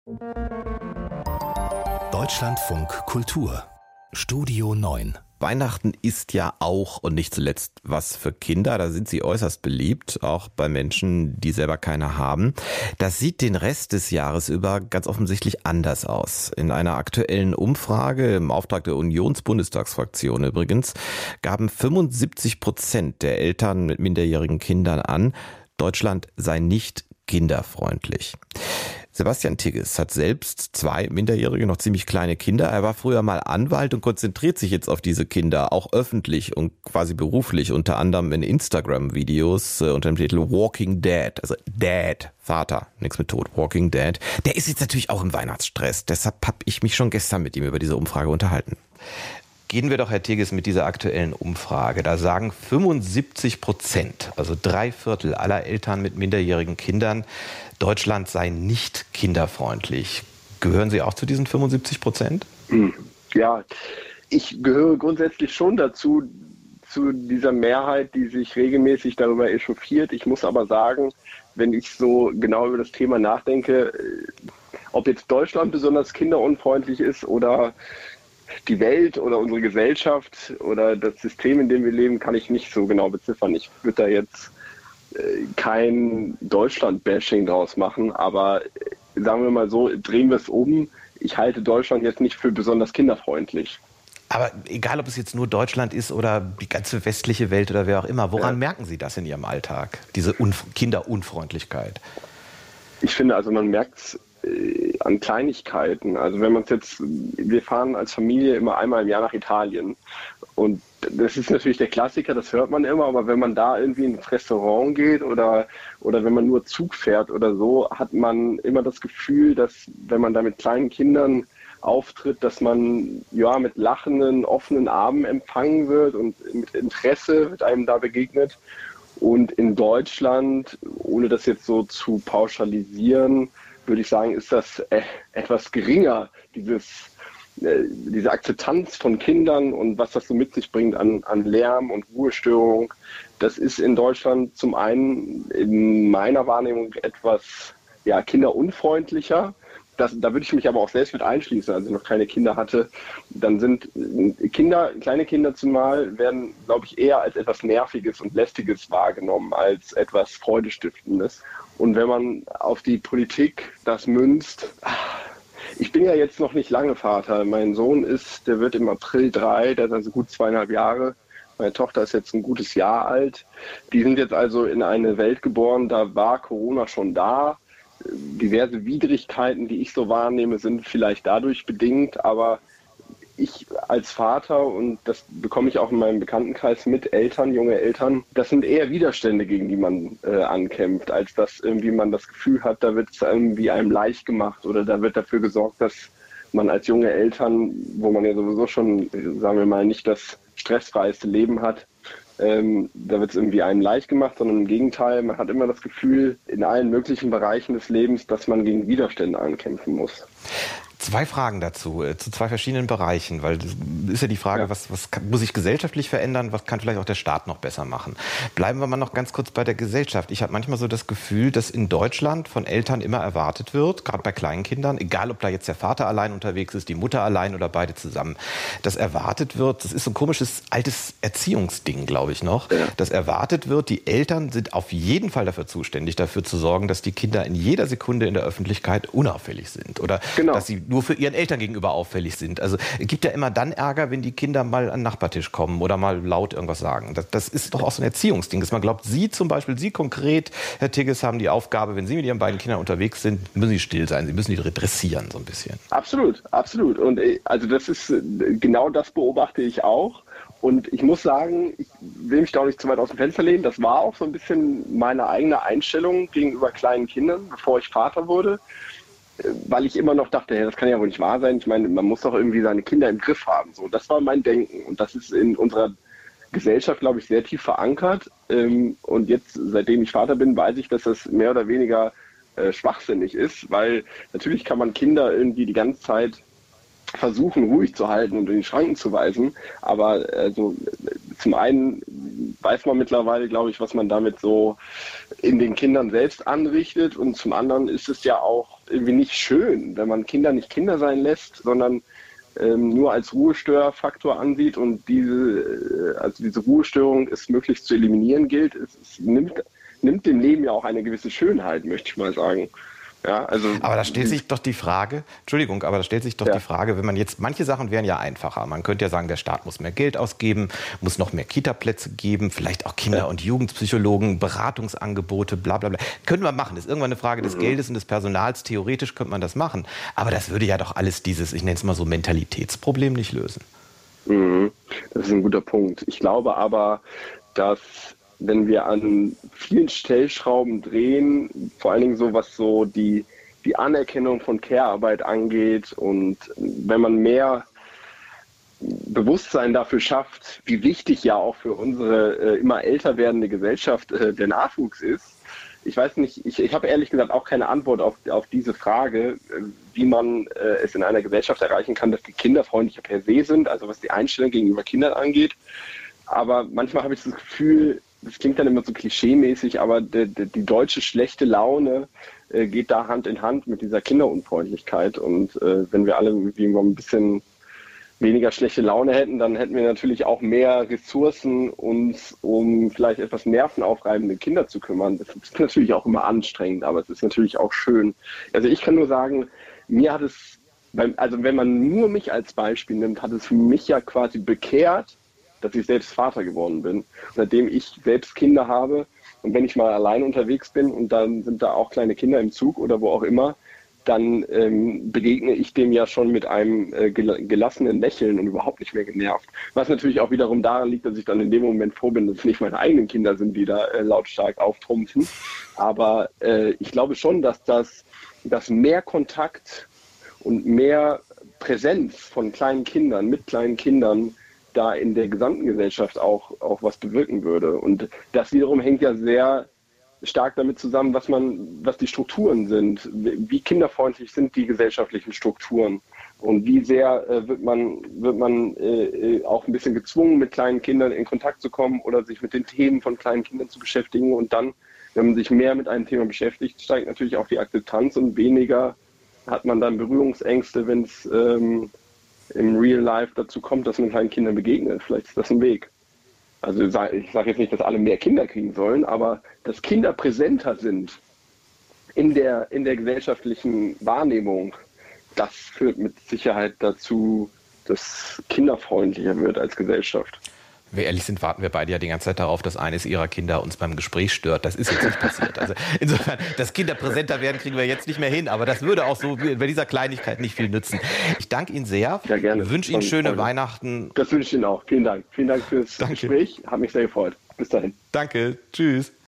Deutschlandfunk Kultur Studio 9. Weihnachten ist ja auch und nicht zuletzt was für Kinder. Da sind sie äußerst beliebt, auch bei Menschen, die selber keine haben. Das sieht den Rest des Jahres über ganz offensichtlich anders aus. In einer aktuellen Umfrage im Auftrag der Unionsbundestagsfraktion übrigens gaben 75% der Eltern mit minderjährigen Kindern an, Deutschland sei nicht kinderfreundlich. Sebastian Tigges hat selbst 2 minderjährige, noch ziemlich kleine Kinder. Er war früher mal Anwalt und konzentriert sich jetzt auf diese Kinder, auch öffentlich und quasi beruflich, unter anderem in Instagram-Videos unter dem Titel Walking Dead. Also Dad, Vater, nichts mit Tod, Walking Dead. Der ist jetzt natürlich auch im Weihnachtsstress. Deshalb habe ich mich schon gestern mit ihm über diese Umfrage unterhalten. Gehen wir doch, Herr Tigges, mit dieser aktuellen Umfrage. Da sagen 75%, also 3/4 aller Eltern mit minderjährigen Kindern, Deutschland sei nicht kinderfreundlich. Gehören Sie auch zu diesen 75%? Ja, ich gehöre grundsätzlich schon dazu, zu dieser Mehrheit, die sich regelmäßig darüber echauffiert. Ich muss aber sagen, wenn ich so genau über das Thema nachdenke, ob jetzt Deutschland besonders kinderunfreundlich ist oder die Welt oder unsere Gesellschaft oder das System, in dem wir leben, kann ich nicht so genau beziffern. Ich würde da jetzt kein Deutschland-Bashing draus machen, aber sagen wir mal so, drehen wir es um. Ich halte Deutschland jetzt nicht für besonders kinderfreundlich. Aber egal, ob es jetzt nur Deutschland ist oder die ganze westliche Welt oder wer auch immer, woran merken Sie das in Ihrem Alltag, diese Kinderunfreundlichkeit? Ich finde, also man merkt es an Kleinigkeiten. Also wenn man es jetzt, wir fahren als Familie immer einmal im Jahr nach Italien und das ist natürlich der Klassiker, das hört man immer, aber wenn man da irgendwie ins Restaurant geht oder wenn man nur Zug fährt oder so, hat man immer das Gefühl, dass wenn man da mit kleinen Kindern auftritt, dass man ja mit lachenden, offenen Armen empfangen wird und mit Interesse wird einem da begegnet. Und in Deutschland, ohne das jetzt so zu pauschalisieren, würde ich sagen, ist das etwas geringer, diese Akzeptanz von Kindern und was das so mit sich bringt an Lärm und Ruhestörung. Das ist in Deutschland zum einen in meiner Wahrnehmung etwas kinderunfreundlicher. Da würde ich mich aber auch selbst mit einschließen, als ich noch keine Kinder hatte. Dann sind kleine Kinder zumal, werden, glaube ich, eher als etwas Nerviges und Lästiges wahrgenommen, als etwas Freudestiftendes. Und wenn man auf die Politik das münzt, ich bin ja jetzt noch nicht lange Vater. Mein Sohn der wird im April 3, der ist also gut 2,5 Jahre. Meine Tochter ist jetzt ein gutes Jahr alt. Die sind jetzt also in eine Welt geboren, da war Corona schon da. Diverse Widrigkeiten, die ich so wahrnehme, sind vielleicht dadurch bedingt, aber ich als Vater, und das bekomme ich auch in meinem Bekanntenkreis mit, junge Eltern, das sind eher Widerstände, gegen die man ankämpft, als dass irgendwie man das Gefühl hat, da wird es irgendwie einem leicht gemacht oder da wird dafür gesorgt, dass man als junge Eltern, wo man ja sowieso schon, sagen wir mal, nicht das stressfreieste Leben hat, da wird es irgendwie einem leicht gemacht, sondern im Gegenteil, man hat immer das Gefühl, in allen möglichen Bereichen des Lebens, dass man gegen Widerstände ankämpfen muss. 2 Fragen dazu, zu 2 verschiedenen Bereichen, weil das ist ja die Frage, was muss sich gesellschaftlich verändern, was kann vielleicht auch der Staat noch besser machen. Bleiben wir mal noch ganz kurz bei der Gesellschaft. Ich habe manchmal so das Gefühl, dass in Deutschland von Eltern immer erwartet wird, gerade bei kleinen Kindern, egal ob da jetzt der Vater allein unterwegs ist, die Mutter allein oder beide zusammen, dass erwartet wird, das ist so ein komisches altes Erziehungsding, glaube ich noch, dass erwartet wird, die Eltern sind auf jeden Fall dafür zuständig, dafür zu sorgen, dass die Kinder in jeder Sekunde in der Öffentlichkeit unauffällig sind oder dass sie nur für ihren Eltern gegenüber auffällig sind. Also es gibt ja immer dann Ärger, wenn die Kinder mal an den Nachbartisch kommen oder mal laut irgendwas sagen. Das ist doch auch so ein Erziehungsding, dass man glaubt, Sie konkret, Herr Tigges, haben die Aufgabe, wenn Sie mit Ihren beiden Kindern unterwegs sind, müssen Sie still sein, Sie müssen die dressieren so ein bisschen. Absolut, absolut. Und also das ist, genau das beobachte ich auch. Und ich muss sagen, ich will mich da auch nicht zu weit aus dem Fenster lehnen. Das war auch so ein bisschen meine eigene Einstellung gegenüber kleinen Kindern, bevor ich Vater wurde. Weil ich immer noch dachte, das kann ja wohl nicht wahr sein. Ich meine, man muss doch irgendwie seine Kinder im Griff haben. So, das war mein Denken. Und das ist in unserer Gesellschaft, glaube ich, sehr tief verankert. Und jetzt, seitdem ich Vater bin, weiß ich, dass das mehr oder weniger schwachsinnig ist. Weil natürlich kann man Kinder irgendwie die ganze Zeit versuchen, ruhig zu halten und in die Schranken zu weisen. Aber zum einen weiß man mittlerweile, glaube ich, was man damit so in den Kindern selbst anrichtet. Und zum anderen ist es ja auch irgendwie nicht schön, wenn man Kinder nicht Kinder sein lässt, sondern nur als Ruhestörfaktor ansieht und diese Ruhestörung es möglichst zu eliminieren gilt. Es nimmt dem Leben ja auch eine gewisse Schönheit, möchte ich mal sagen. Ja, also, aber da stellt sich doch die Frage, die Frage, wenn man jetzt, manche Sachen wären ja einfacher. Man könnte ja sagen, der Staat muss mehr Geld ausgeben, muss noch mehr Kita-Plätze geben, vielleicht auch Kinder- und Jugendpsychologen, Beratungsangebote, bla bla bla. Können wir machen. Das ist irgendwann eine Frage des Geldes und des Personals. Theoretisch könnte man das machen. Aber das würde ja doch alles dieses, ich nenne es mal so, Mentalitätsproblem nicht lösen. Das ist ein guter Punkt. Ich glaube aber, dass wenn wir an vielen Stellschrauben drehen, vor allen Dingen so, was so die Anerkennung von Care-Arbeit angeht und wenn man mehr Bewusstsein dafür schafft, wie wichtig ja auch für unsere immer älter werdende Gesellschaft der Nachwuchs ist. Ich weiß nicht, ich habe ehrlich gesagt auch keine Antwort auf diese Frage, wie man es in einer Gesellschaft erreichen kann, dass die kinderfreundlicher per se sind, also was die Einstellung gegenüber Kindern angeht. Aber manchmal habe ich das Gefühl, das klingt dann immer so klischeemäßig, aber die deutsche schlechte Laune geht da Hand in Hand mit dieser Kinderunfreundlichkeit. Und wenn wir alle irgendwie mal ein bisschen weniger schlechte Laune hätten, dann hätten wir natürlich auch mehr Ressourcen, uns um vielleicht etwas nervenaufreibende Kinder zu kümmern. Das ist natürlich auch immer anstrengend, aber es ist natürlich auch schön. Also ich kann nur sagen, mir hat es, also wenn man nur mich als Beispiel nimmt, hat es mich ja quasi bekehrt, dass ich selbst Vater geworden bin, seitdem ich selbst Kinder habe. Und wenn ich mal allein unterwegs bin und dann sind da auch kleine Kinder im Zug oder wo auch immer, dann begegne ich dem ja schon mit einem gelassenen Lächeln und überhaupt nicht mehr genervt. Was natürlich auch wiederum daran liegt, dass ich dann in dem Moment froh bin, dass es nicht meine eigenen Kinder sind, die da lautstark auftrumpfen. Aber ich glaube schon, dass mehr Kontakt und mehr Präsenz von kleinen Kindern, mit kleinen Kindern, da in der gesamten Gesellschaft auch was bewirken würde. Und das wiederum hängt ja sehr stark damit zusammen, was die Strukturen sind. Wie kinderfreundlich sind die gesellschaftlichen Strukturen? Und wie sehr wird man auch ein bisschen gezwungen, mit kleinen Kindern in Kontakt zu kommen oder sich mit den Themen von kleinen Kindern zu beschäftigen. Und dann, wenn man sich mehr mit einem Thema beschäftigt, steigt natürlich auch die Akzeptanz und weniger hat man dann Berührungsängste, wenn es im Real Life dazu kommt, dass man kleinen Kindern begegnet. Vielleicht ist das ein Weg. Also ich sage jetzt nicht, dass alle mehr Kinder kriegen sollen, aber dass Kinder präsenter sind in der gesellschaftlichen Wahrnehmung, das führt mit Sicherheit dazu, dass kinderfreundlicher wird als Gesellschaft. Wenn wir ehrlich sind, warten wir beide ja die ganze Zeit darauf, dass eines ihrer Kinder uns beim Gespräch stört. Das ist jetzt nicht passiert. Also insofern, dass Kinder präsenter werden, kriegen wir jetzt nicht mehr hin. Aber das würde auch so bei dieser Kleinigkeit nicht viel nützen. Ich danke Ihnen sehr. Ja, gerne. Ich wünsche Ihnen schöne Weihnachten. Das wünsche ich Ihnen auch. Vielen Dank. Vielen Dank fürs Gespräch. Hat mich sehr gefreut. Bis dahin. Danke. Tschüss.